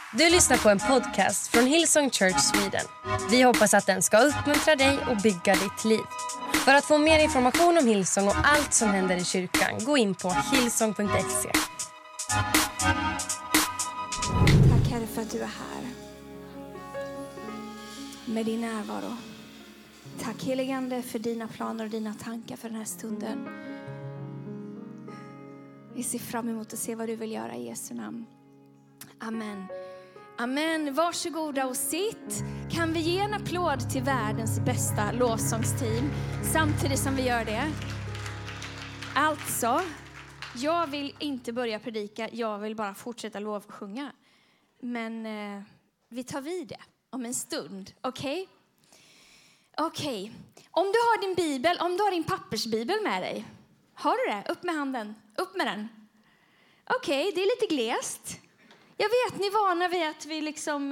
Du lyssnar på en podcast från Hillsong Church Sweden. Vi hoppas att den ska uppmuntra dig och bygga ditt liv. För att få mer information om Hillsong och allt som händer i kyrkan, gå in på hillsong.se. Tack Herre för att du är här med din närvaro. Tack helige Ande för dina planer och dina tankar för den här stunden. Vi ser fram emot att se vad du vill göra i Jesu namn. Amen. Amen. Varsågoda och sitt. Kan vi ge en applåd till världens bästa lovsångsteam samtidigt som vi gör det? Alltså, jag vill inte börja predika. Jag vill bara fortsätta lovsjunga. Men vi tar vid det om en stund. Okej? Okej. Om du har din bibel, om du har din pappersbibel med dig. Har du det? Upp med handen. Upp med den. Okej, det är lite glest. Jag vet, ni är vana vid att vi liksom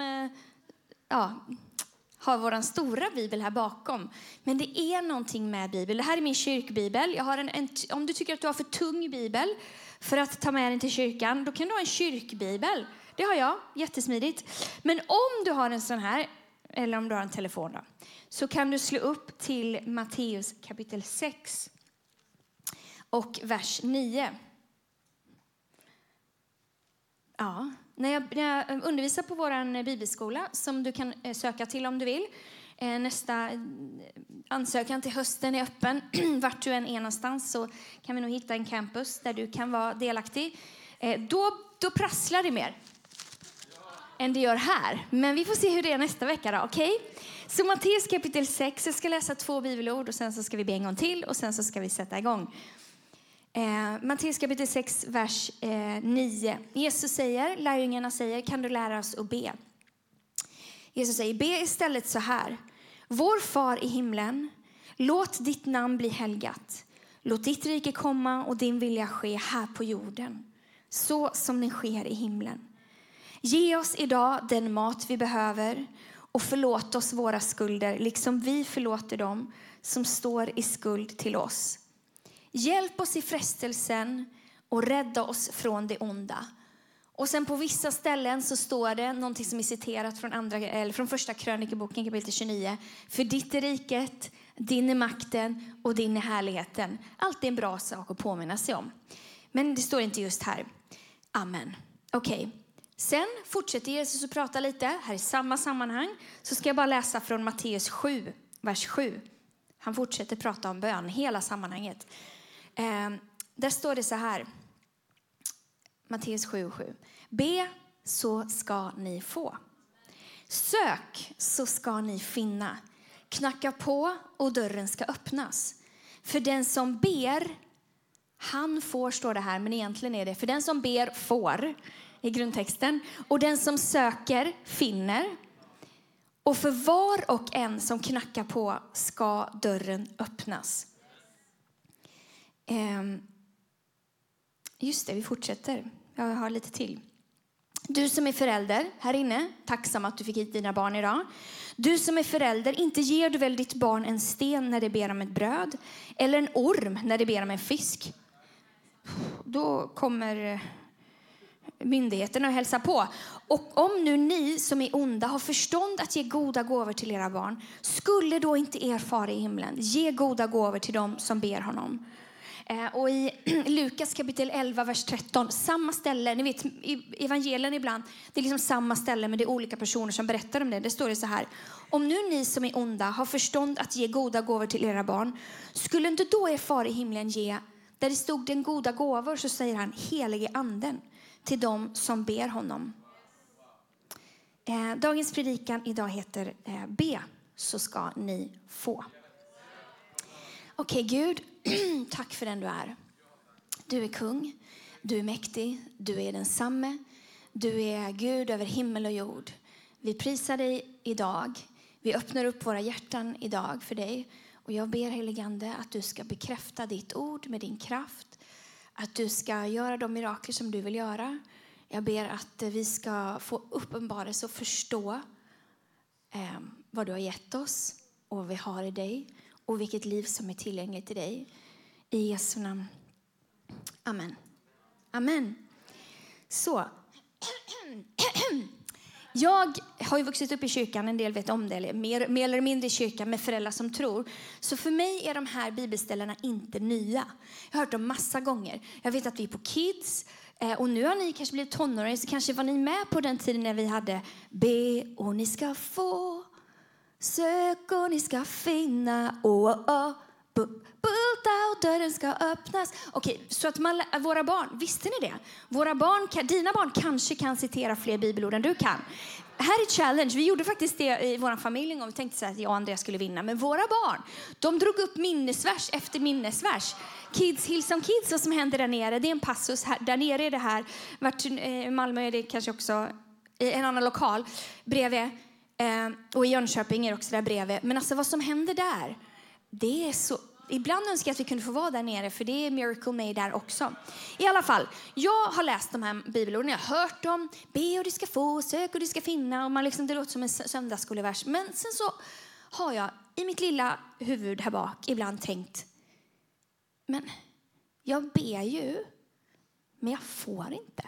har våran stora bibel här bakom. Men det är någonting med bibel. Det här är min kyrkbibel. Jag har om du tycker att du har för tung bibel för att ta med den till kyrkan, då kan du ha en kyrkbibel. Det har jag, jättesmidigt. Men om du har en sån här, eller om du har en telefon då, så kan du slå upp till Matteus kapitel 6 och vers 9. Ja, när jag undervisar på vår bibelskola som du kan söka till om du vill. Nästa ansökan till hösten är öppen. Vart du än är någonstans så kan vi nog hitta en campus där du kan vara delaktig. Då prasslar det mer än det gör här. Men vi får se hur det är nästa vecka då, okej? Så Matteus kapitel 6, jag ska läsa 2 bibelord och sen så ska vi be en gång till och sen så ska vi sätta igång. Matteus kapitel 6, vers 9. Lärjungarna säger, kan du lära oss att be? Jesus säger, be istället så här. Vår far i himlen, låt ditt namn bli helgat. Låt ditt rike komma och din vilja ske här på jorden. Så som den sker i himlen. Ge oss idag den mat vi behöver och förlåt oss våra skulder liksom vi förlåter dem som står i skuld till oss. Hjälp oss i frestelsen och rädda oss från det onda. Och sen på vissa ställen så står det någonting som är citerat från första krönikeboken kapitel 29. För ditt är riket, din är makten och din är härligheten. Allt är en bra sak att påminna sig om. Men det står inte just här. Amen. Okej. Sen fortsätter Jesus att prata lite. Här i samma sammanhang så ska jag bara läsa från Matteus 7, vers 7. Han fortsätter prata om bön, hela sammanhanget. Där står det så här. Matteus 7:7. Be så ska ni få. Sök så ska ni finna. Knacka på och dörren ska öppnas. För den som ber, han får, står det här. Men egentligen är det, för den som ber får i grundtexten. Och den som söker finner. Och för var och en som knackar på ska dörren öppnas. Just det, vi fortsätter. Jag har lite till. Du som är förälder här inne, tacksam att du fick hit dina barn idag. Du som är förälder, inte ger du väl ditt barn en sten när det ber om ett bröd? Eller en orm när det ber om en fisk? Då kommer myndigheterna att hälsa på. Och om nu ni som är onda har förstånd att ge goda gåvor till era barn, skulle då inte er far i himlen ge goda gåvor till dem som ber honom? Och i Lukas kapitel 11, vers 13, samma ställe, ni vet i evangelien ibland, det är liksom samma ställe men det är olika personer som berättar om det. Det står det så här: om nu ni som är onda har förstånd att ge goda gåvor till era barn, skulle inte då er far i himlen ge, där det stod den goda gåvor, så säger han helige anden till dem som ber honom. Dagens predikan idag heter be så ska ni få. Okej, Gud, tack för den du är. Du är kung, du är mäktig, du är densamme. Du är Gud över himmel och jord. Vi prisar dig idag. Vi öppnar upp våra hjärtan idag för dig. Och jag ber helige Ande att du ska bekräfta ditt ord med din kraft. Att du ska göra de mirakler som du vill göra. Jag ber att vi ska få uppenbarelse och förstå vad du har gett oss och vad vi har i dig. Och vilket liv som är tillgängligt till dig. I Jesu namn. Amen. Amen. Så. Jag har ju vuxit upp i kyrkan, en del vet om det, eller mer eller mindre i kyrkan med föräldrar som tror. Så för mig är de här bibelställena inte nya. Jag har hört dem massa gånger. Jag vet att vi är på Kids, och nu har ni kanske blivit tonåringar, så kanske var ni med på den tiden när vi hade be och ni ska få, sök och ni ska finna, bulta och dörren ska öppnas. Okej, så att våra barn, visste ni det? Dina barn kanske kan citera fler bibelord än du kan. Här är challenge. Vi gjorde faktiskt det i vår familj en gång. Vi tänkte så att jag och Andrea skulle vinna. Men våra barn, de drog upp minnesvers efter minnesvers. Hillsong Kids, vad som händer där nere. Det är en passus här. Där nere är det här. I Malmö är det kanske också en annan lokal bredvid. Och i Jönköping är det också där bredvid. Men alltså vad som händer där, det är så... Ibland önskar jag att vi kunde få vara där nere, för det är miracle made där också. I alla fall, jag har läst de här bibelorden, jag har hört dem. Be och du ska få, sök och du ska finna. Och man liksom, det låter som en söndagsskolevers. Men sen så har jag i mitt lilla huvud här bak ibland tänkt, men jag ber ju, men jag får inte.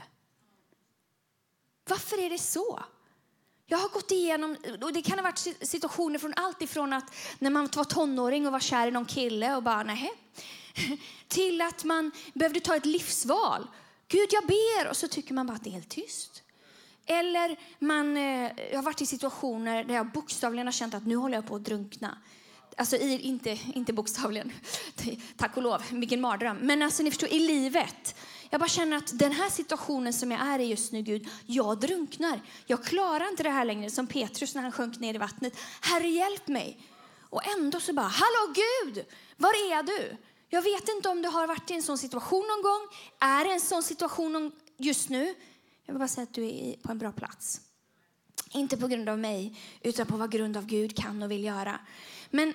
Varför är det så? Jag har gått igenom, och det kan ha varit situationer från allt ifrån att när man var tonåring och var kär i någon kille och bara nej, till att man behövde ta ett livsval. Gud, jag ber, och så tycker man bara att det är helt tyst. Eller jag har varit i situationer där jag bokstavligen har känt att nu håller jag på att drunkna. Alltså inte bokstavligen, tack och lov, vilken mardröm. Men alltså ni förstår, i livet. Jag bara känner att den här situationen som jag är i just nu, Gud, jag drunknar. Jag klarar inte det här längre, som Petrus när han sjönk ner i vattnet. Herre, hjälp mig. Och ändå så bara, hallå Gud, var är du? Jag vet inte om du har varit i en sån situation någon gång. Är det en sån situation just nu? Jag vill bara säga att du är på en bra plats. Inte på grund av mig, utan på vad grund av Gud kan och vill göra. Men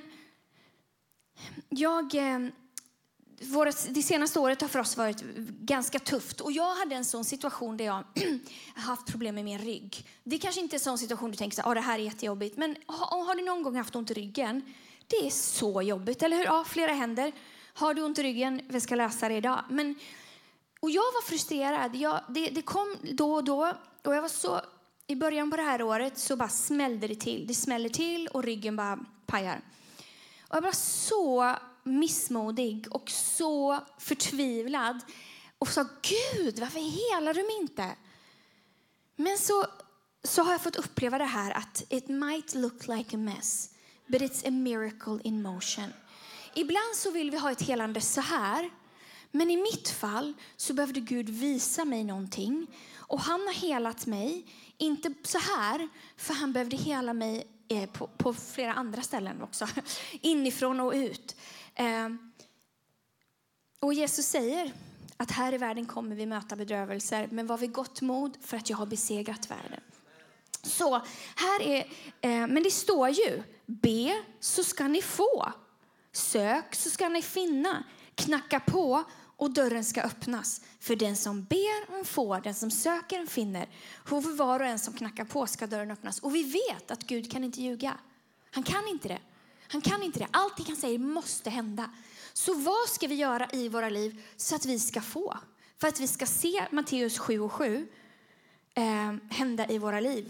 det senaste året har för oss varit ganska tufft. Och jag hade en sån situation där jag har haft problem med min rygg. Det kanske inte är en sån situation du tänker att det här är jättejobbigt. Men har du någon gång haft ont i ryggen? Det är så jobbigt, eller hur? Ja, flera händer. Har du ont i ryggen? Vi ska läsa det idag. Och jag var frustrerad. Det kom då och då. Och jag var så... I början på det här året så bara smällde det till. Det smäller till och ryggen bara pajar. Och jag var så missmodig och så förtvivlad. Och sa, Gud, varför helar du mig inte? Men så har jag fått uppleva det här att it might look like a mess, but it's a miracle in motion. Ibland så vill vi ha ett helande så här. Men i mitt fall så behövde Gud visa mig någonting. Och han har helat mig, inte så här, för han behövde hela mig på flera andra ställen också. Inifrån och ut. Och Jesus säger att här i världen kommer vi möta bedrövelser. Men var vi gott mod för att jag har besegrat världen. Så här är, men det står ju, be så ska ni få. Sök så ska ni finna. Knacka på och dörren ska öppnas. För den som ber får, den som söker finner. För var och en som knackar på ska dörren öppnas. Och vi vet att Gud kan inte ljuga. Han kan inte det. Han kan inte det. Allt han säger måste hända. Så vad ska vi göra i våra liv så att vi ska få? För att vi ska se Matteus 7:7 hända i våra liv.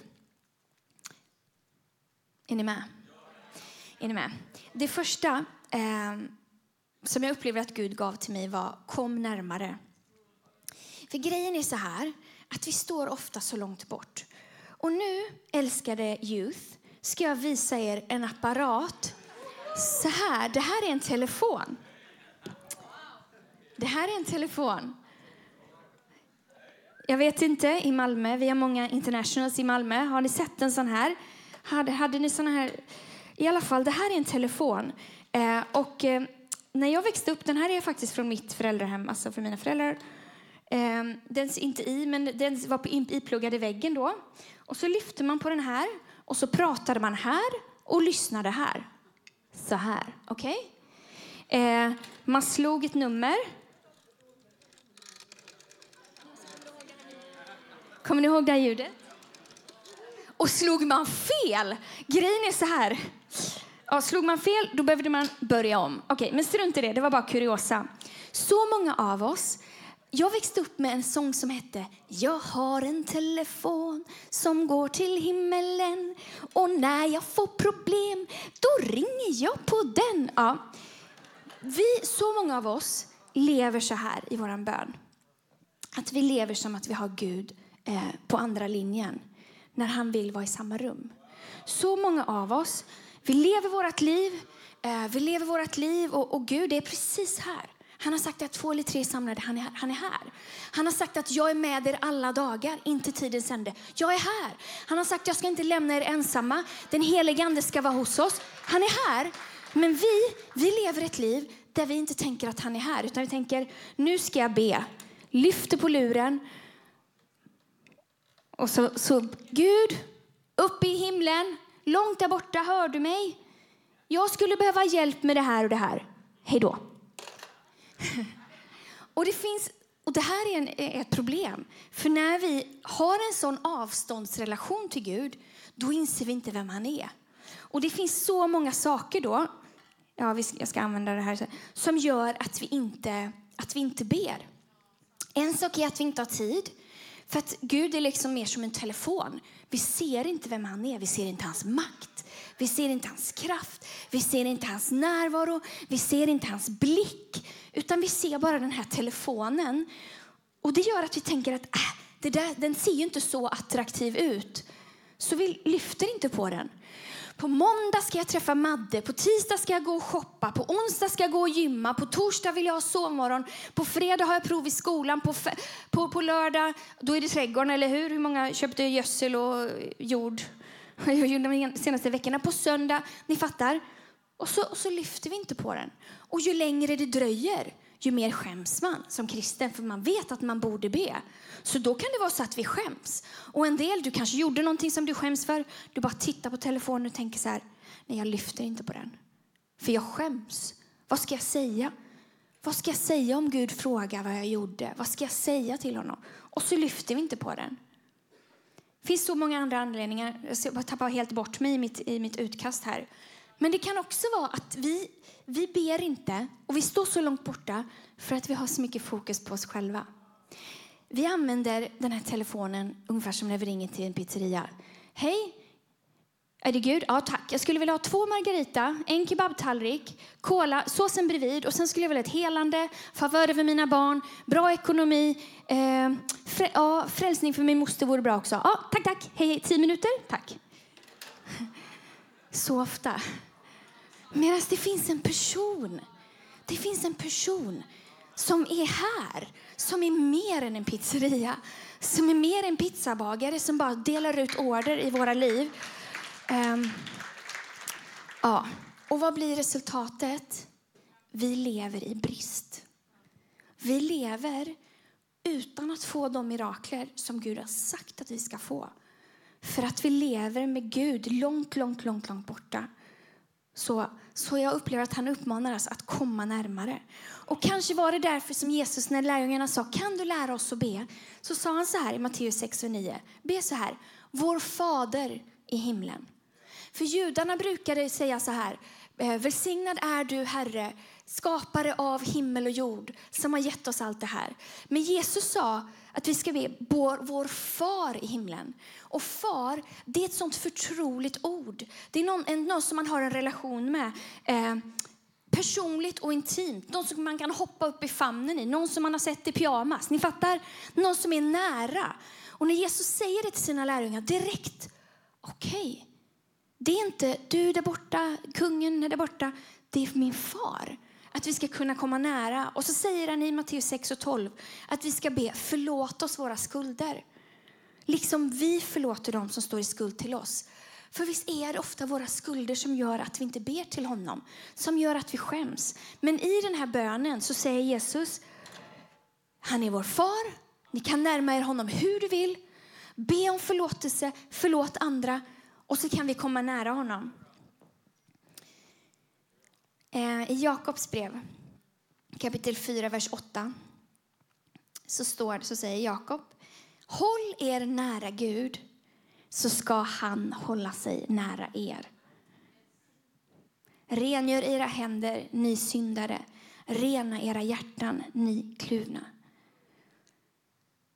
Är ni med? Är ni med? Det första som jag upplever att Gud gav till mig var kom närmare. För grejen är så här att vi står ofta så långt bort. Och nu, älskade youth, ska jag visa er en apparat. Så här, det här är en telefon. Det här är en telefon. Jag vet inte, i Malmö, vi har många internationals i Malmö. Har ni sett en sån här? Hade ni sån här? I alla fall, det här är en telefon. När jag växte upp, den här är faktiskt från mitt föräldrahem, alltså för mina föräldrar. Den är inte i, men den var ipluggad i väggen då. Och så lyfte man på den här och så pratade man här och lyssnade här. Så här, okej? Man slog ett nummer. Kommer ni ihåg det här ljudet? Och slog man fel, grejen är så här. Ja, slog man fel, då behövde man börja om. Okej, men strunt i det, det var bara kuriosa. Så många av oss Jag växte upp med en sång som hette Jag har en telefon som går till himmelen. Och när jag får problem, då ringer jag på den. Ja. Så många av oss lever så här i våran bön. Att vi lever som att vi har Gud på andra linjen. När han vill vara i samma rum. Så många av oss, vi lever vårt liv. Och Gud är precis här. Han har sagt att 2 eller 3 samlade, han är här. Han har sagt att jag är med er alla dagar, inte tidens ände. Jag är här. Han har sagt att jag ska inte lämna er ensamma. Den helige ande ska vara hos oss. Han är här. Men vi lever ett liv där vi inte tänker att han är här. Utan vi tänker, nu ska jag be. Lyfter på luren. Och så Gud, uppe i himlen, långt där borta, hör du mig? Jag skulle behöva hjälp med det här och det här. Hej då. Och det här är ett problem. För när vi har en sån avståndsrelation till Gud, då inser vi inte vem han är. Och det finns så många saker då, jag ska använda det här, som gör att vi inte ber. En sak är att vi inte har tid. För att Gud är liksom mer som en telefon. Vi ser inte vem han är. Vi ser inte hans makt. Vi ser inte hans kraft. Vi ser inte hans närvaro. Vi ser inte hans blick. Utan vi ser bara den här telefonen. Och det gör att vi tänker att den ser ju inte så attraktiv ut. Så vi lyfter inte på den. På måndag ska jag träffa Madde. På tisdag ska jag gå och shoppa. På onsdag ska jag gå och gymma. På torsdag vill jag ha sovmorgon. På fredag har jag prov i skolan. På lördag då är det trädgården, eller hur? Hur många köpte gödsel och jord? Jag gjorde de senaste veckorna. På söndag, ni fattar. Och så lyfter vi inte på den. Och ju längre det dröjer, ju mer skäms man som kristen. För man vet att man borde be. Så då kan det vara så att vi skäms. Och en del, du kanske gjorde någonting som du skäms för. Du bara tittar på telefonen och tänker så här: nej, jag lyfter inte på den. För jag skäms. Vad ska jag säga? Vad ska jag säga om Gud frågar vad jag gjorde? Vad ska jag säga till honom? Och så lyfter vi inte på den. Det finns så många andra anledningar. Jag tappar helt bort mig i mitt utkast här. Men det kan också vara att vi ber inte. Och vi står så långt borta för att vi har så mycket fokus på oss själva. Vi använder den här telefonen ungefär som när vi ringer till en pizzeria. Hej, är det Gud? Ja, tack. Jag skulle vilja ha 2 margarita, en kebabtallrik, cola, såsen bredvid. Och sen skulle jag vilja ha ett helande, favör över mina barn, bra ekonomi. Frälsning för min moster vore bra också. Ja, tack. Hej, 10 minuter. Tack. Så ofta. Medan det finns en person. Det finns en person som är här. Som är mer än en pizzeria. Som är mer än pizzabagare som bara delar ut order i våra liv. Och vad blir resultatet? Vi lever i brist. Vi lever utan att få de mirakler som Gud har sagt att vi ska få. För att vi lever med Gud långt borta. Så jag upplever att han uppmanar oss att komma närmare. Och kanske var det därför som Jesus, när lärjungarna sa: kan du lära oss att be? Så sa han så här i Matteus 6 och 9. Be så här: vår fader i himlen. För judarna brukade säga så här: välsignad är du, Herre, skapare av himmel och jord, som har gett oss allt det här. Men Jesus sa att vi ska be vår far i himlen. Och far, det är ett sånt förtroligt ord. Det är någon som man har en relation med. Personligt och intimt. Någon som man kan hoppa upp i famnen i. Någon som man har sett i pyjamas. Ni fattar? Någon som är nära. Och när Jesus säger det till sina lärjungar direkt: okej. Det är inte du där borta, kungen är där borta. Det är min far. Att vi ska kunna komma nära. Och så säger han i Matteus 6 och 12 att vi ska be: förlåt oss våra skulder. Liksom vi förlåter dem som står i skuld till oss. För visst är det ofta våra skulder som gör att vi inte ber till honom. Som gör att vi skäms. Men i den här bönen så säger Jesus: han är vår far. Ni kan närma er honom hur du vill. Be om förlåtelse. Förlåt andra. Och så kan vi komma nära honom. I Jakobs brev, kapitel 4, vers 8, så säger Jakob: håll er nära Gud, så ska han hålla sig nära er. Rengör era händer, ni syndare. Rena era hjärtan, ni kluvna.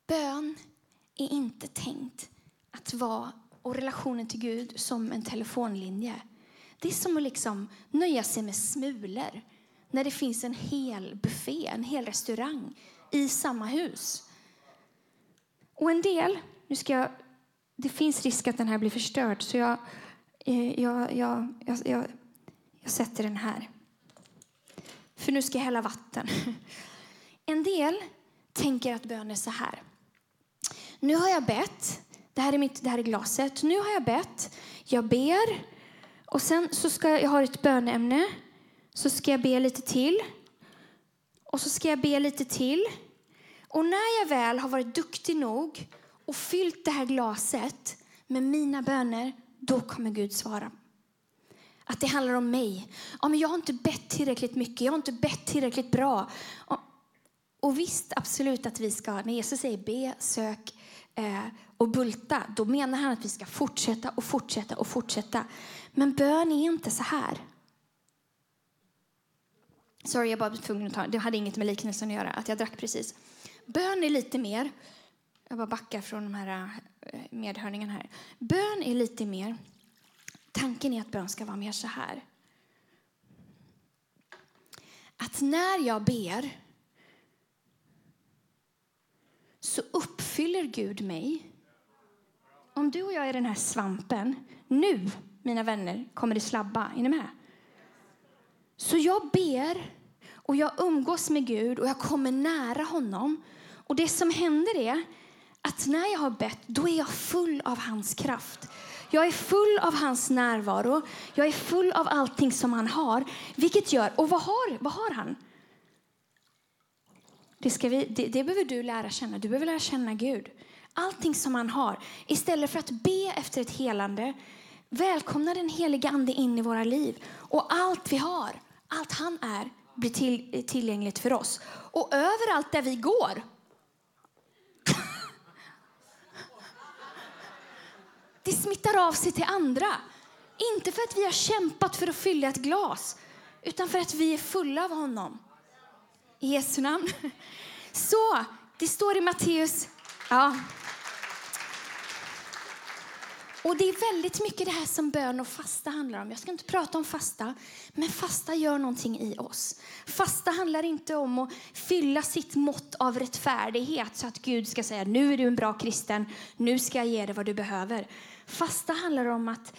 Bön är inte tänkt att vara, och relationen till Gud, som en telefonlinje. Det är som att liksom nöja sig med smulor när det finns en hel buffé, en hel restaurang i samma hus. Och en del, det finns risk att den här blir förstörd, så jag sätter den här. För nu ska jag hälla vatten. En del tänker att bön är så här. Nu har jag bett. Det här är glaset. Nu har jag bett. Jag ber. Och sen så ska jag ha ett böneämne. Så ska jag be lite till. Och så ska jag be lite till. Och när jag väl har varit duktig nog och fyllt det här glaset med mina böner, då kommer Gud svara. Att det handlar om mig. Ja, men jag har inte bett tillräckligt mycket. Jag har inte bett tillräckligt bra. Och visst, absolut att vi ska, när Jesus säger be, sök och bulta, då menar han att vi ska fortsätta och fortsätta och fortsätta. Men bön är inte så här. Sorry, jag bara blev tvungen att ta. Det hade inget med liknelsen att göra, att jag drack precis. Bön är lite mer. Jag bara backar från de här medhörningarna här. Bön är lite mer. Tanken är att bön ska vara mer så här. Att när jag ber så uppfyller Gud mig. Om du och jag är den här svampen, nu, mina vänner, kommer det slabba. Är ni med? Så jag ber och jag umgås med Gud och jag kommer nära honom. Och det som händer är att när jag har bett, då är jag full av hans kraft. Jag är full av hans närvaro. Jag är full av allting som han har. Vilket gör, och vad har han? Det behöver du lära känna. Du behöver lära känna Gud. Allting som han har. Istället för att be efter ett helande, välkomna den heliga ande in i våra liv. Och allt vi har, allt han är, blir tillgängligt för oss. Och överallt där vi går. Det smittar av sig till andra. Inte för att vi har kämpat för att fylla ett glas, utan för att vi är fulla av honom. I Jesu namn. Så, det står i Matteus. Ja. Och det är väldigt mycket det här som bön och fasta handlar om. Jag ska inte prata om fasta, men fasta gör någonting i oss. Fasta handlar inte om att fylla sitt mått av rättfärdighet så att Gud ska säga, nu är du en bra kristen, nu ska jag ge dig vad du behöver. Fasta handlar om att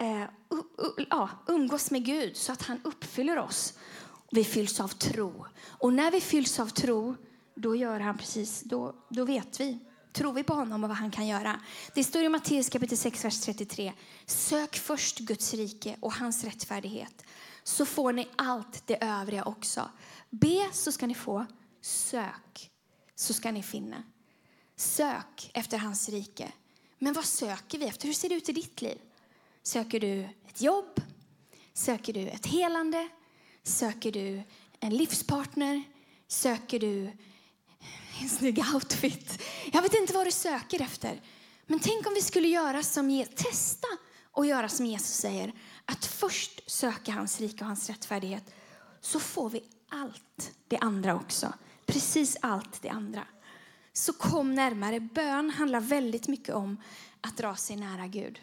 umgås med Gud så att han uppfyller oss. Vi fylls av tro. Och när vi fylls av tro, då gör han precis, då vet vi. Tror vi på honom och vad han kan göra. Det står i Matteus kapitel 6, vers 33. Sök först Guds rike och hans rättfärdighet. Så får ni allt det övriga också. Be så ska ni få. Sök så ska ni finna. Sök efter hans rike. Men vad söker vi efter? Hur ser det ut i ditt liv? Söker du ett jobb? Söker du ett helande? Söker du en livspartner? Söker du en snygg outfit? Jag vet inte vad du söker efter. Men tänk om vi skulle göra testa och göra som Jesus säger. Att först söka hans rike och hans rättfärdighet. Så får vi allt det andra också. Precis allt det andra. Så kom närmare. Bön handlar väldigt mycket om att dra sig nära Gud.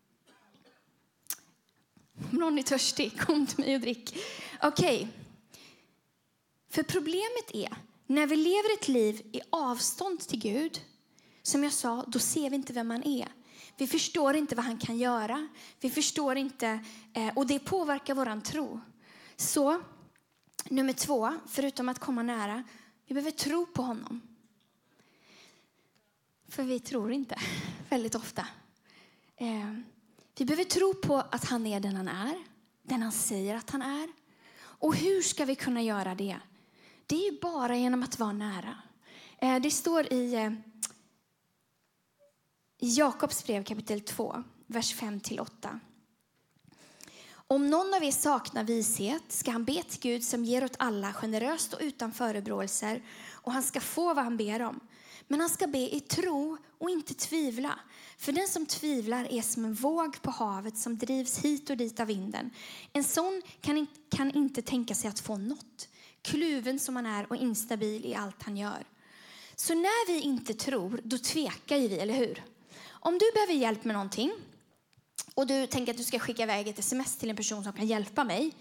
Om någon är törstig, kom till mig och drick. Okej. För problemet är, när vi lever ett liv i avstånd till Gud, som jag sa, då ser vi inte vem man är. Vi förstår inte vad han kan göra. Vi förstår inte, och det påverkar våran tro. Så, nummer 2, förutom att komma nära, vi behöver tro på honom. För vi tror inte, väldigt ofta. Vi behöver tro på att han är den han är. Den han säger att han är. Och hur ska vi kunna göra det? Det är bara genom att vara nära. Det står i Jakobs brev kapitel 2, vers 5-8. Om någon av er saknar vishet ska han be till Gud som ger åt alla generöst och utan förebråelser. Och han ska få vad han ber om. Men han ska be i tro och inte tvivla. För den som tvivlar är som en våg på havet som drivs hit och dit av vinden. En sån kan inte tänka sig att få något. Kluven som han är och instabil i allt han gör. Så när vi inte tror, då tvekar vi, eller hur? Om du behöver hjälp med någonting och du tänker att du ska skicka iväg ett sms till en person som kan hjälpa mig.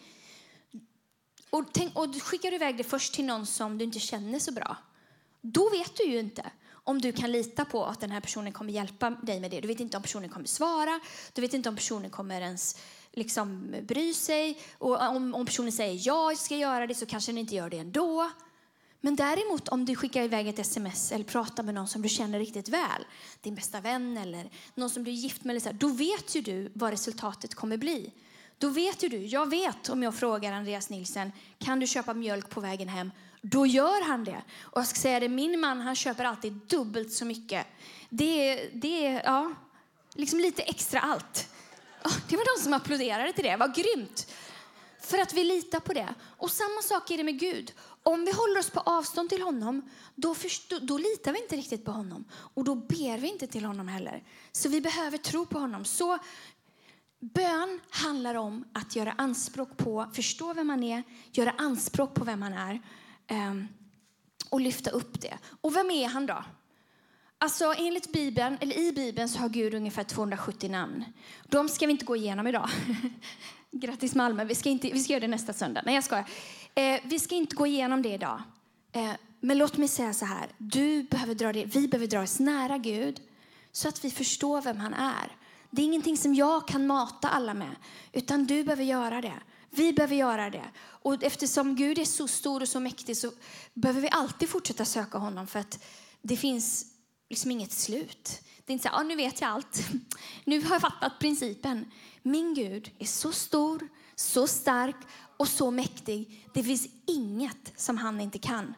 Och du skickar iväg det först till någon som du inte känner så bra. Då vet du ju inte om du kan lita på att den här personen kommer hjälpa dig med det. Du vet inte om personen kommer svara. Du vet inte om personen kommer ens liksom bry sig. Och om personen säger ja, jag ska göra det, så kanske den inte gör det ändå. Men däremot om du skickar iväg ett sms eller pratar med någon som du känner riktigt väl, din bästa vän eller någon som du är gift med, eller så här, då vet ju du vad resultatet kommer bli. Då vet ju du, jag vet om jag frågar Andreas Nilsen, kan du köpa mjölk på vägen hem? Då gör han det. Och jag ska säga det, min man, han köper alltid dubbelt så mycket. Det är ja, liksom lite extra allt. Det var de som applåderade till det, vad grymt. För att vi litar på det. Och samma sak är det med Gud. Om vi håller oss på avstånd till honom, då litar vi inte riktigt på honom. Och då ber vi inte till honom heller. Så vi behöver tro på honom. Så bön handlar om att göra anspråk på, förstå vem man är, göra anspråk på vem man är och lyfta upp det. Och vem är han då? Alltså enligt Bibeln, eller i Bibeln, så har Gud ungefär 270 namn. De ska vi inte gå igenom idag. Grattis Malmö, vi ska göra det nästa söndag. Nej, jag skojar. Vi ska inte gå igenom det idag. Men låt mig säga så här. Vi behöver dra oss nära Gud så att vi förstår vem han är. Det är ingenting som jag kan mata alla med, utan du behöver göra det. Vi behöver göra det. Och eftersom Gud är så stor och så mäktig, så behöver vi alltid fortsätta söka honom, för att det finns liksom inget slut. Det är inte så här, nu vet jag allt. Nu har jag fattat principen. Min Gud är så stor, så stark och så mäktig. Det finns inget som han inte kan.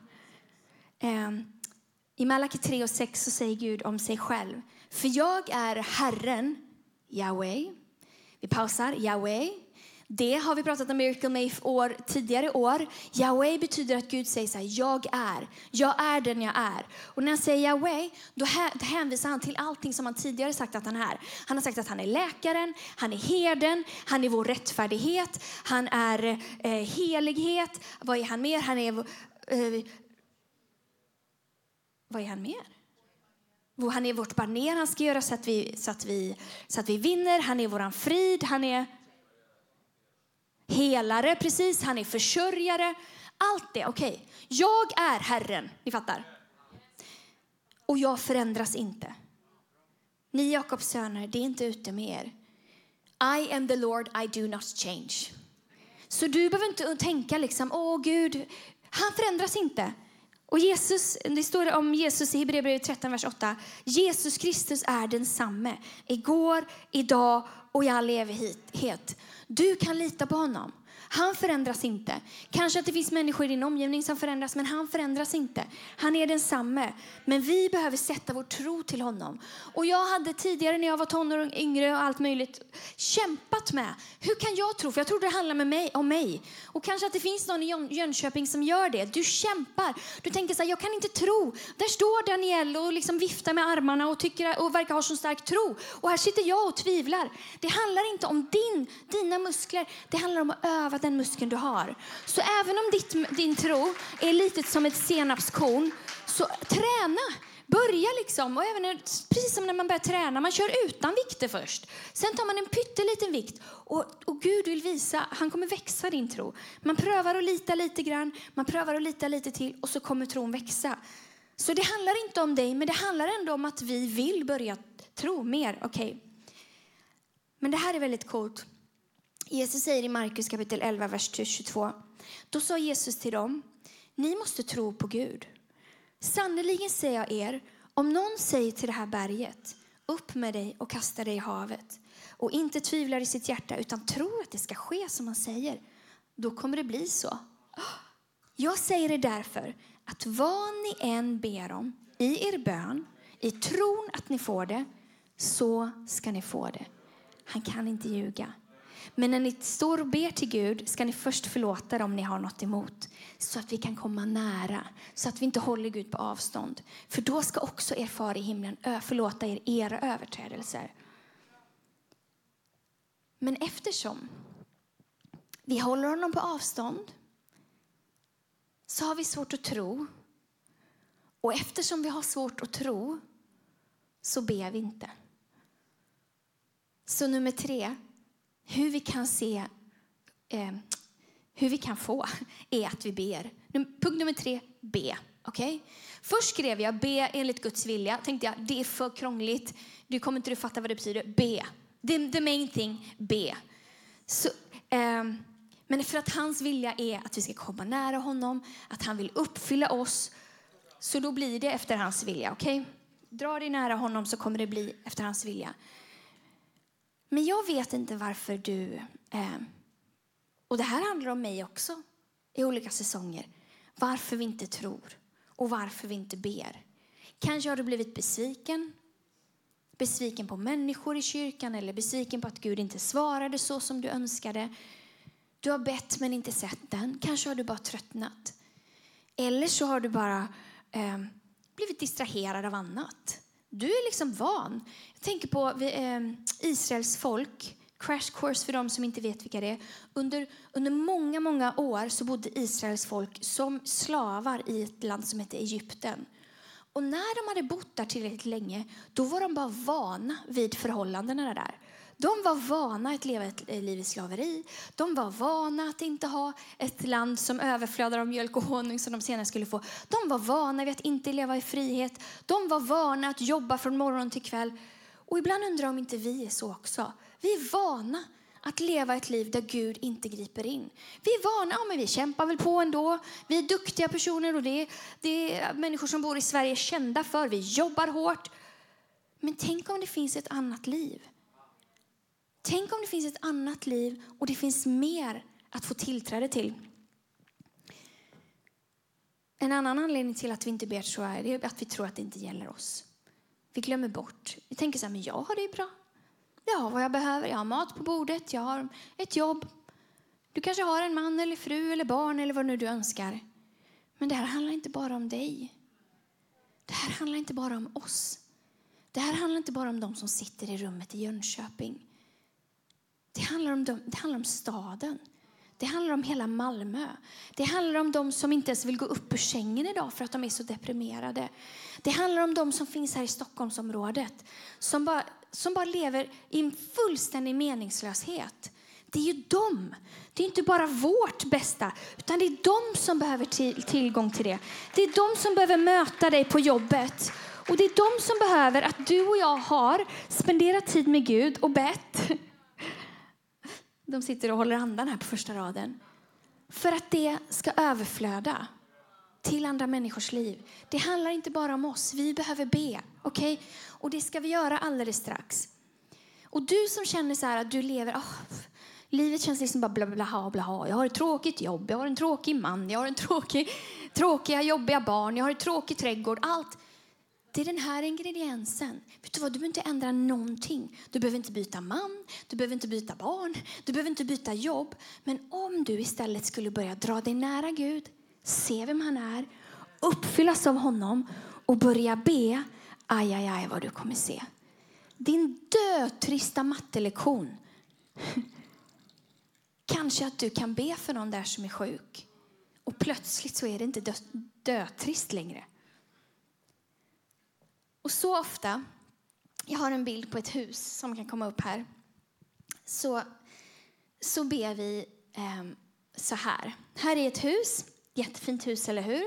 I Malaki 3:6 så säger Gud om sig själv: för jag är Herren, Yahweh. Vi pausar, Yahweh. Det har vi pratat om Miracle May tidigare år. Yahweh betyder att Gud säger så här: jag är den jag är. Och när han säger Yahweh, då hänvisar han till allting som han tidigare sagt att han är. Han har sagt att han är läkaren, han är herden, han är vår rättfärdighet, han är helighet. Vad är han mer? Vad är han mer? Han är vårt baner, han ska göra så att vi vinner. Han är våran frid, han är helare, precis. Han är försörjare. Allt det, okej. Jag är Herren, ni fattar. Och jag förändras inte. Ni Jakobs söner, det är inte ute med er. I am the Lord, I do not change. Så du behöver inte tänka liksom, Gud, han förändras inte. Och Jesus, det står om Jesus i Hebreerbrevet 13, vers 8. Jesus Kristus är densamme igår, idag och i all evighet. Du kan lita på honom. Han förändras inte. Kanske att det finns människor i din omgivning som förändras, men han förändras inte. Han är densamme. Men vi behöver sätta vår tro till honom. Och jag hade tidigare när jag var tonåring, yngre och allt möjligt, kämpat med: hur kan jag tro? För jag trodde det handlade om mig. Och kanske att det finns någon i Jönköping som gör det. Du kämpar. Du tänker så här: jag kan inte tro. Där står Daniel och liksom viftar med armarna och verkar ha så stark tro. Och här sitter jag och tvivlar. Det handlar inte om dina muskler. Det handlar om att öva den muskeln du har. Så även om din tro är litet som ett senapskorn, så träna. Börja liksom. Och även precis som när man börjar träna, man kör utan vikter först. Sen tar man en pytteliten vikt. Och Gud vill visa, han kommer växa din tro. Man prövar att lita lite grann. Man prövar att lita lite till. Och så kommer tron växa. Så det handlar inte om dig, men det handlar ändå om att vi vill börja tro mer. Okej. Men det här är väldigt coolt. Jesus säger i Markus kapitel 11, vers 22. Då sa Jesus till dem: ni måste tro på Gud. Sannoliken säger jag er, om någon säger till det här berget: upp med dig och kasta dig i havet, och inte tvivlar i sitt hjärta utan tror att det ska ske som han säger, då kommer det bli så. Jag säger det därför att vad ni än ber om i er bön, i tron att ni får det, så ska ni få det. Han kan inte ljuga. Men när ni står och ber till Gud ska ni först förlåta dem ni har något emot, så att vi kan komma nära, så att vi inte håller Gud på avstånd. För då ska också er far i himlen förlåta er era överträdelser. Men eftersom vi håller honom på avstånd, så har vi svårt att tro. Och eftersom vi har svårt att tro så ber vi inte. Så nummer 3, hur vi kan få är att vi ber. Punkt nummer 3, be. Okay? Först skrev jag be enligt Guds vilja. Tänkte jag, det är för krångligt. Du kommer inte att fatta vad det betyder. Be. The main thing, be. Så, men för att hans vilja är att vi ska komma nära honom. Att han vill uppfylla oss. Så då blir det efter hans vilja. Okay? Dra dig nära honom så kommer det bli efter hans vilja. Men jag vet inte varför du... och det här handlar om mig också. I olika säsonger. Varför vi inte tror. Och varför vi inte ber. Kanske har du blivit besviken. Besviken på människor i kyrkan. Eller besviken på att Gud inte svarade så som du önskade. Du har bett men inte sett den. Kanske har du bara tröttnat. Eller så har du bara blivit distraherad av annat. Du är liksom van. Jag tänker på Israels folk. Crash course för dem som inte vet vilka det är. Under många, många år så bodde Israels folk som slavar i ett land som heter Egypten. Och när de hade bott där tillräckligt länge, då var de bara vana vid förhållandena där. De var vana att leva ett liv i slaveri. De var vana att inte ha ett land som överflödar av mjölk och honung som de senare skulle få. De var vana vid att inte leva i frihet. De var vana att jobba från morgon till kväll. Och ibland undrar om inte vi är så också. Vi är vana att leva ett liv där Gud inte griper in. Vi är vana, men vi kämpar väl på ändå. Vi är duktiga personer och det är människor som bor i Sverige kända för. Vi jobbar hårt. Men tänk om det finns ett annat liv. Tänk om det finns ett annat liv och det finns mer att få tillträde till. En annan anledning till att vi inte ber så är det att vi tror att det inte gäller oss. Vi glömmer bort. Vi tänker så här, men jag har det bra. Jag har vad jag behöver. Jag har mat på bordet. Jag har ett jobb. Du kanske har en man eller fru eller barn eller vad nu du önskar. Men det här handlar inte bara om dig. Det här handlar inte bara om oss. Det här handlar inte bara om de som sitter i rummet i Jönköping. Det handlar om staden. Det handlar om hela Malmö. Det handlar om de som inte ens vill gå upp ur sängen idag för att de är så deprimerade. Det handlar om de som finns här i Stockholmsområdet. Som bara lever i en fullständig meningslöshet. Det är ju de. Det är inte bara vårt bästa. Utan det är de som behöver tillgång till det. Det är de som behöver möta dig på jobbet. Och det är de som behöver att du och jag har spenderat tid med Gud och bett. De sitter och håller andan här på första raden. För att det ska överflöda till andra människors liv. Det handlar inte bara om oss. Vi behöver be. Okay? Och det ska vi göra alldeles strax. Och du som känner så här att du lever... livet känns liksom bara bla bla bla. Jag har ett tråkigt jobb. Jag har en tråkig man. Jag har en tråkiga jobbiga barn. Jag har en tråkig trädgård. Allt. Det är den här ingrediensen. Vet du vad? Du behöver inte ändra någonting. Du behöver inte byta man. Du behöver inte byta barn. Du behöver inte byta jobb. Men om du istället skulle börja dra dig nära Gud. Se vem han är. Uppfyllas av honom. Och börja be. Aj vad du kommer se. Din dötrista mattelektion. Kanske att du kan be för någon där som är sjuk. Och plötsligt så är det inte dötrist längre. Och så ofta, jag har en bild på ett hus som kan komma upp här. Så ber vi så här. Här är ett hus, jättefint hus, eller hur?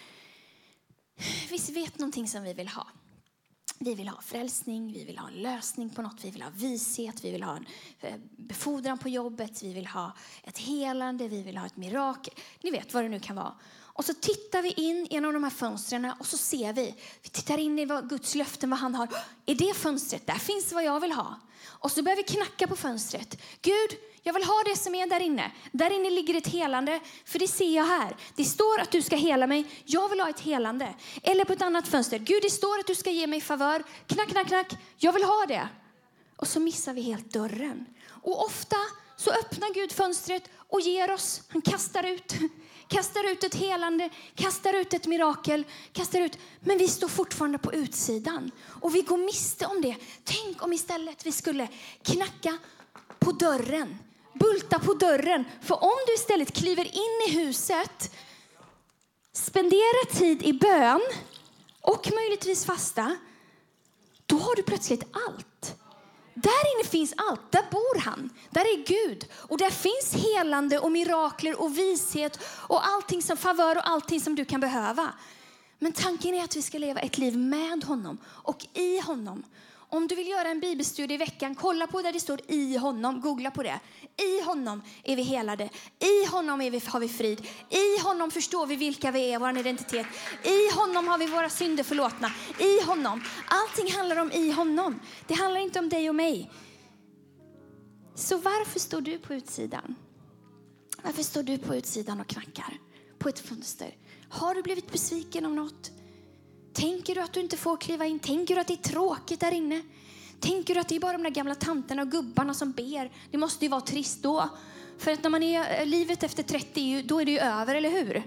Vi vet någonting som vi vill ha. Vi vill ha frälsning, vi vill ha en lösning på något, vi vill ha vishet, vi vill ha en befordran på jobbet, vi vill ha ett helande, vi vill ha ett mirakel. Ni vet vad det nu kan vara. Och så tittar vi in genom de här fönstren och så ser vi tittar in i vad Guds löften, vad han har. I det fönstret, där finns vad jag vill ha. Och så börjar vi knacka på fönstret. Gud, jag vill ha det som är där inne. Där inne ligger ett helande, för det ser jag här. Det står att du ska hela mig. Jag vill ha ett helande. Eller på ett annat fönster. Gud, det står att du ska ge mig favör. Knack, knack, knack. Jag vill ha det. Och så missar vi helt dörren. Och ofta så öppnar Gud fönstret och ger oss. Han kastar ut ett helande, kastar ut ett mirakel, kastar ut. Men vi står fortfarande på utsidan. Och vi går miste om det. Tänk om istället vi skulle knacka på dörren. Bulta på dörren. För om du istället kliver in i huset, spendera tid i bön. och möjligtvis fasta, då har du plötsligt allt. Där inne finns allt. Där bor han. Där är Gud. Och där finns helande och mirakler och vishet och allting som favör och allting som du kan behöva. Men tanken är att vi ska leva ett liv med honom och i honom. Om du vill göra en bibelstudie i veckan, kolla på där det står i honom. Googla på det. I honom är vi helade. I honom har vi frid. I honom förstår vi vilka vi är, vår identitet. I honom har vi våra synder förlåtna. I honom. Allting handlar om i honom. Det handlar inte om dig och mig. Så varför står du på utsidan? Varför står du på utsidan och knackar på ett fönster? Har du blivit besviken av något? Tänker du att du inte får kliva in? Tänker du att det är tråkigt där inne? Tänker du att det är bara de där gamla tanterna och gubbarna som ber? Det måste ju vara trist då. För att när man är livet efter 30, då är det ju över, eller hur?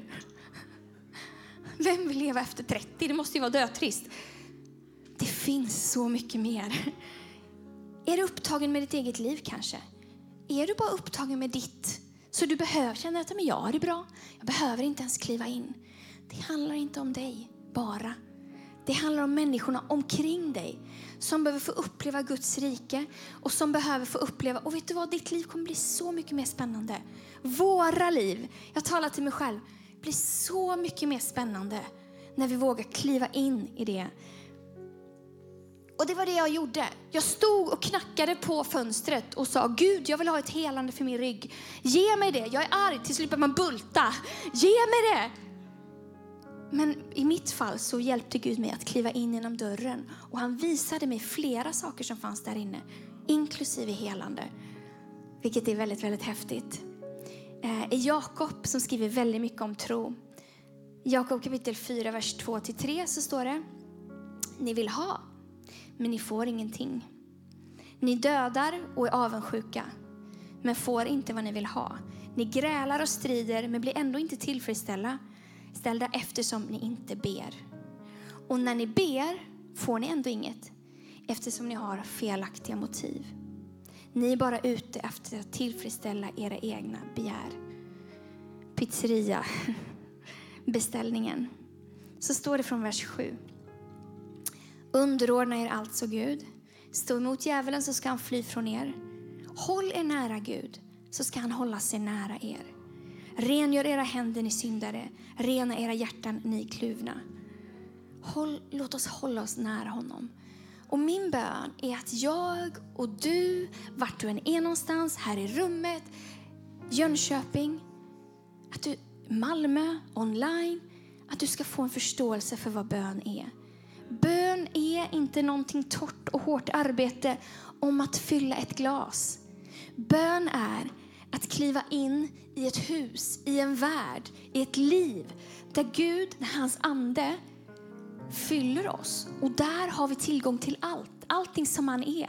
Vem vill leva efter 30? Det måste ju vara dötrist. Det finns så mycket mer. Är du upptagen med ditt eget liv kanske? Är du bara upptagen med ditt? Så du behöver känna att men jag har det bra. Jag behöver inte ens kliva in. Det handlar inte om dig bara. Det handlar om människorna omkring dig som behöver få uppleva Guds rike och som behöver få uppleva, och vet du vad, ditt liv kommer bli så mycket mer spännande. Våra liv, jag talar till mig själv, blir så mycket mer spännande när vi vågar kliva in i det. Och det var det jag gjorde. Jag stod och knackade på fönstret och sa, Gud, jag vill ha ett helande för min rygg. Ge mig det. Jag är arg till slipper man bulta. Ge mig det. Men i mitt fall så hjälpte Gud mig att kliva in genom dörren. Och han visade mig flera saker som fanns där inne. Inklusive helande. Vilket är väldigt, väldigt häftigt. I Jakob som skriver väldigt mycket om tro. I Jakob kapitel 4, vers 2-3 så står det. Ni vill ha, men ni får ingenting. Ni dödar och är avundsjuka, men får inte vad ni vill ha. Ni grälar och strider, men blir ändå inte tillfredsställda eftersom ni inte ber. Och när ni ber får ni ändå inget, eftersom ni har felaktiga motiv. Ni är bara ute efter att tillfredsställa era egna begär. Pizzeria beställningen. Så står det från vers 7. Underordna er alltså Gud. Stå emot djävulen så ska han fly från er. Håll er nära Gud så ska han hålla sig nära er. Rengör era händer ni syndare. Rena era hjärtan ni kluvna. Låt oss hålla oss nära honom. Och min bön är att jag och du, vart du än är någonstans, här i rummet, Jönköping, att du, Malmö, online, att du ska få en förståelse för vad bön är. Bön är inte någonting torrt och hårt arbete om att fylla ett glas. Bön är att kliva in i ett hus, i en värld, i ett liv där Gud, hans ande, fyller oss. Och där har vi tillgång till allting som han är.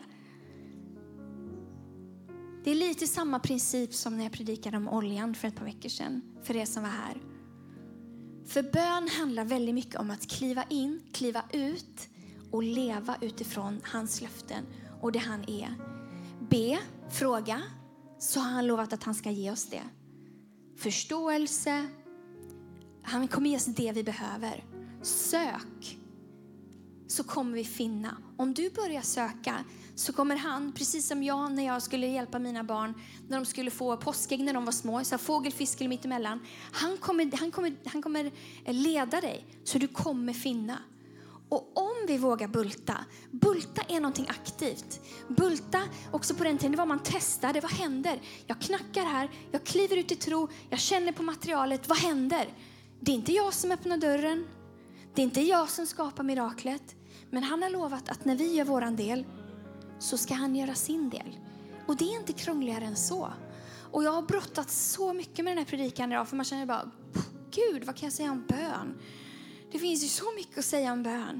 Det är lite samma princip som när jag predikade om oljan för ett par veckor sedan, för er som var här. För bön handlar väldigt mycket om att kliva in, kliva ut och leva utifrån hans löften och det han är. Be, fråga, så har han lovat att han ska ge oss det. Förståelse, han kommer ge oss det vi behöver. Sök, så kommer vi finna. Om du börjar söka så kommer han, precis som jag när jag skulle hjälpa mina barn när de skulle få påskägg när de var små, så fågelfisk eller mitt emellan. Han kommer leda dig så du kommer finna. Och om vi vågar bulta är någonting aktivt. Bulta också på den tiden, det var man testade, vad händer? Jag knackar här, jag kliver ut i tro, jag känner på materialet, vad händer? Det är inte jag som öppnar dörren, det är inte jag som skapar miraklet, men han har lovat att när vi gör våran del så ska han göra sin del. Och det är inte krångligare än så. Och jag har brottat så mycket med den här predikan idag, för man känner bara, Gud, vad kan jag säga om bön? Det finns ju så mycket att säga om bön.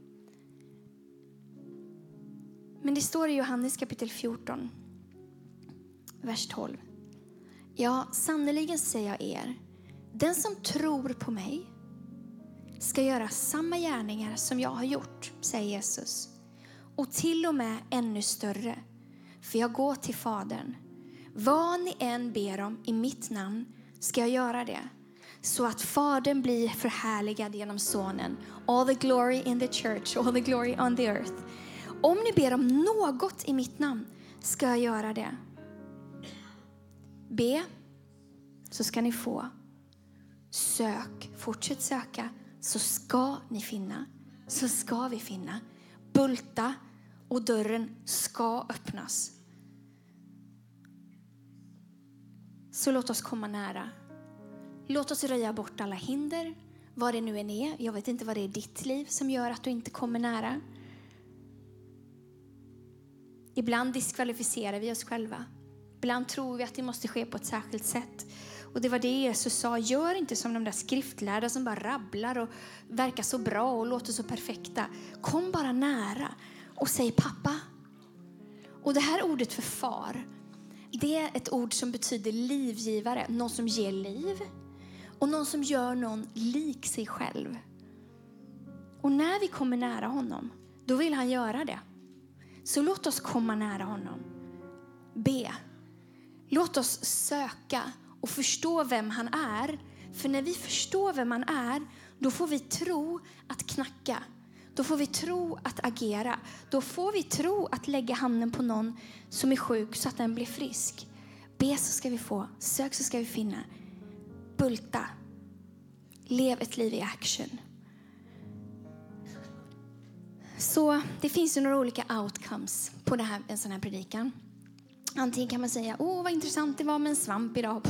Men det står i Johannes kapitel 14, vers 12. Ja, sannoliken säger jag er, den som tror på mig ska göra samma gärningar som jag har gjort, säger Jesus. Och till och med ännu större. För jag går till Fadern. Vad ni än ber om i mitt namn ska jag göra det. så att Fadern blir förhärligad genom Sonen. All the glory in the church, all the glory on the earth. Om ni ber om något i mitt namn ska jag göra det. Be, så ska ni få. Sök, fortsätt söka, så ska ni finna. Så ska vi finna. Bulta och dörren ska öppnas. Så låt oss komma nära. Låt oss röja bort alla hinder. Vad det nu än är. Jag vet inte vad det är i ditt liv som gör att du inte kommer nära. Ibland diskvalificerar vi oss själva. Ibland tror vi att det måste ske på ett särskilt sätt. Och det var det Jesus sa. Gör inte som de där skriftlärda som bara rabblar och verkar så bra och låter så perfekta. Kom bara nära och säg pappa. Och det här ordet för far, det är ett ord som betyder livgivare. Någon som ger liv och någon som gör någon lik sig själv. Och när vi kommer nära honom, då vill han göra det. Så låt oss komma nära honom. Be. Låt oss söka och förstå vem han är. För när vi förstår vem han är, då får vi tro att knacka. Då får vi tro att agera. Då får vi tro att lägga handen på någon som är sjuk så att den blir frisk. Be så ska vi få. Sök så ska vi finna. Bulta. Lev ett liv i action. Så det finns ju några olika outcomes på det här, en sån här predikan. Antingen kan man säga, vad intressant det var med en svamp idag.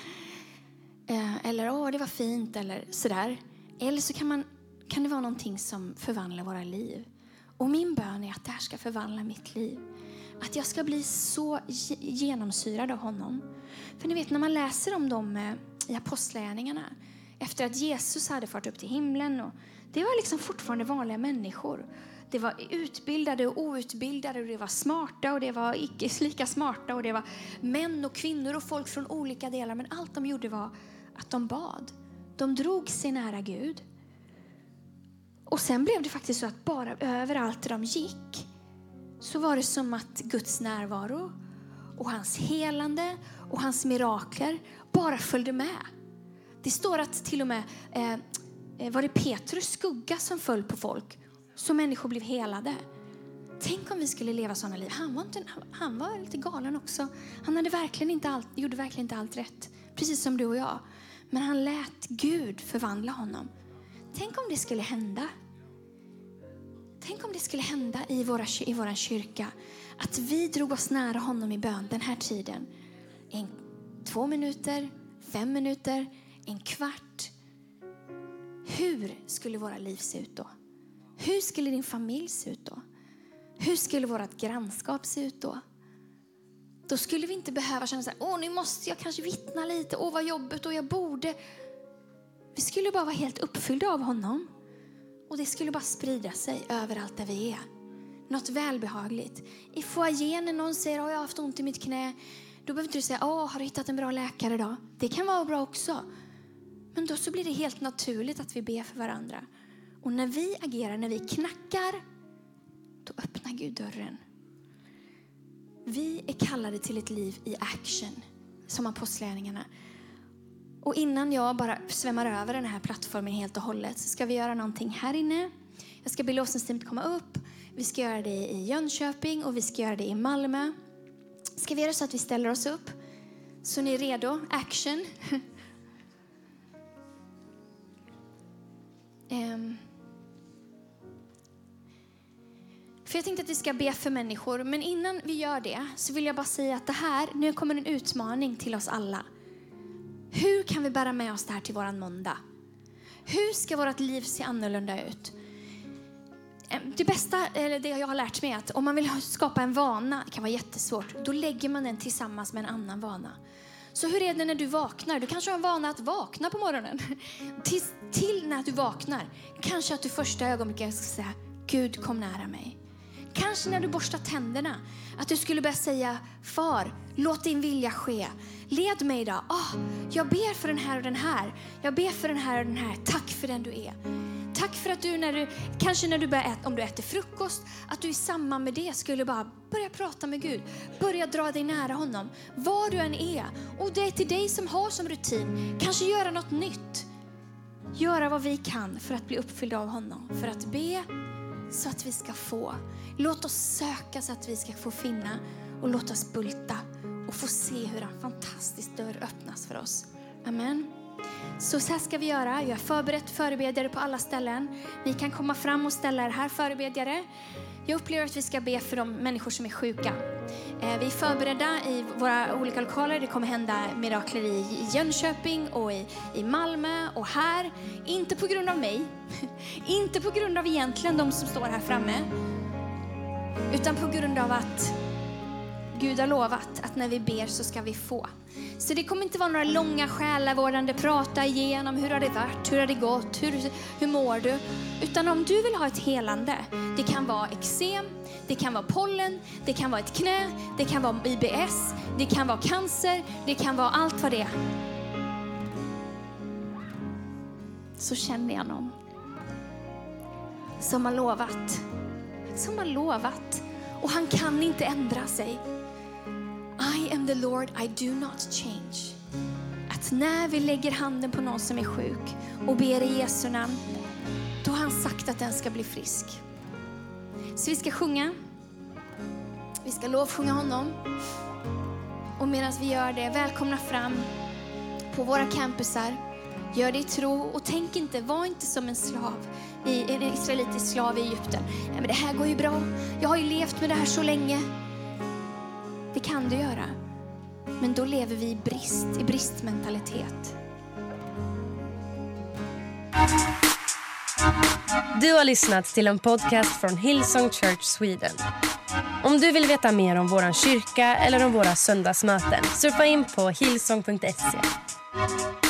Eller, det var fint, eller sådär. Eller så kan det vara någonting som förvandlar våra liv. Och min bön är att det här ska förvandla mitt liv. Att jag ska bli så genomsyrad av honom. För ni vet, när man läser om dem i apostlagärningarna, efter att Jesus hade fått upp till himlen, och det var liksom fortfarande vanliga människor. Det var utbildade och outbildade, och det var smarta och det var icke lika smarta, och det var män och kvinnor och folk från olika delar. Men allt de gjorde var att de bad. De drog sig nära Gud. Och sen blev det faktiskt så att bara överallt där de gick så var det som att Guds närvaro och hans helande och hans mirakler bara följde med. Det står att till och med var det Petrus skugga som föll på folk, så människor blev helade. Tänk om vi skulle leva sådana liv. Han var lite galen också. Han hade gjorde verkligen inte allt rätt. Precis som du och jag. Men han lät Gud förvandla honom. Tänk om det skulle hända. Tänk om det skulle hända i våra kyrka. Att vi drog oss nära honom i bön den här tiden. 2 minuter, 5 minuter, en kvart. Hur skulle våra liv se ut då? Hur skulle din familj se ut då? Hur skulle vårt grannskap se ut då? Då skulle vi inte behöva känna så här, nu måste jag kanske vittna lite. Vad jobbigt, och jag borde. Vi skulle bara vara helt uppfyllda av honom. Och det skulle bara sprida sig överallt där vi är. Något välbehagligt. I foajén när någon säger, jag har haft ont i mitt knä. Då behöver inte du säga, har du hittat en bra läkare då? Det kan vara bra också. Men då så blir det helt naturligt att vi ber för varandra. Och när vi agerar, när vi knackar, då öppnar Gud dörren. Vi är kallade till ett liv i action, som apostlagärningarna. Och innan jag bara svämmar över den här plattformen helt och hållet, så ska vi göra någonting här inne. Jag ska be lovsångsteamet komma upp. Vi ska göra det i Jönköping och vi ska göra det i Malmö. Ska vi göra så att vi ställer oss upp? Så ni är redo? Action. För jag tänkte att vi ska be för människor. Men innan vi gör det så vill jag bara säga att nu kommer en utmaning till oss alla. Hur kan vi bära med oss det här till våran måndag? Hur ska vårt liv se annorlunda ut? Det bästa, eller det jag har lärt mig, är att om man vill skapa en vana, det kan vara jättesvårt, då lägger man den tillsammans med en annan vana. Så hur är det när du vaknar? Du kanske har en vana att vakna på morgonen. Till när du vaknar, kanske att du första ögonblicket ska säga, Gud kom nära mig. Kanske när du borstar tänderna, att du skulle börja säga, Far, låt din vilja ske. Led mig idag. Jag ber för den här och den här. Jag ber för den här och den här. Tack för den du är. Tack för att du, kanske när du börjar äta, om du äter frukost, att du i samband med det skulle bara börja prata med Gud. Börja dra dig nära honom, var du än är. Och det är till dig som har som rutin, kanske göra något nytt. Göra vad vi kan för att bli uppfyllda av honom. För att be så att vi ska få. Låt oss söka så att vi ska få finna. Och låt oss bulta och få se hur en fantastisk dörr öppnas för oss. Amen. Så här ska vi göra. Jag har förberett förebedjare på alla ställen. Ni kan komma fram och ställa er här, förebedjare. Jag upplever att vi ska be för de människor som är sjuka. Vi är förberedda i våra olika lokaler. Det kommer hända mirakler i Jönköping och i Malmö och här. Inte på grund av mig. Inte på grund av egentligen de som står här framme. Utan på grund av att Gud har lovat att när vi ber så ska vi få. Så det kommer inte vara några långa själavårdande prata igenom hur har det varit, hur har det gått, hur mår du. Utan om du vill ha ett helande, det kan vara eksem, det kan vara pollen, det kan vara ett knä, det kan vara IBS, det kan vara cancer, det kan vara allt vad det är. Så känner jag någon som har lovat. Som har lovat. Och han kan inte ändra sig. I am the Lord, I do not change. Att när vi lägger handen på någon som är sjuk och ber i Jesu namn, då har han sagt att den ska bli frisk. Så vi ska sjunga. Vi ska lovsjunga honom. Och medan vi gör det, välkomna fram på våra campusar. Gör det i tro och tänk inte, var inte som en slav. En israelitisk slav i Egypten. Nej, men det här går ju bra. Jag har ju levt med det här så länge. Det kan du göra. Men då lever vi i bristmentalitet. Du har lyssnat till en podcast från Hillsong Church Sweden. Om du vill veta mer om våran kyrka eller om våra söndagsmöten, surfa in på hillsong.se.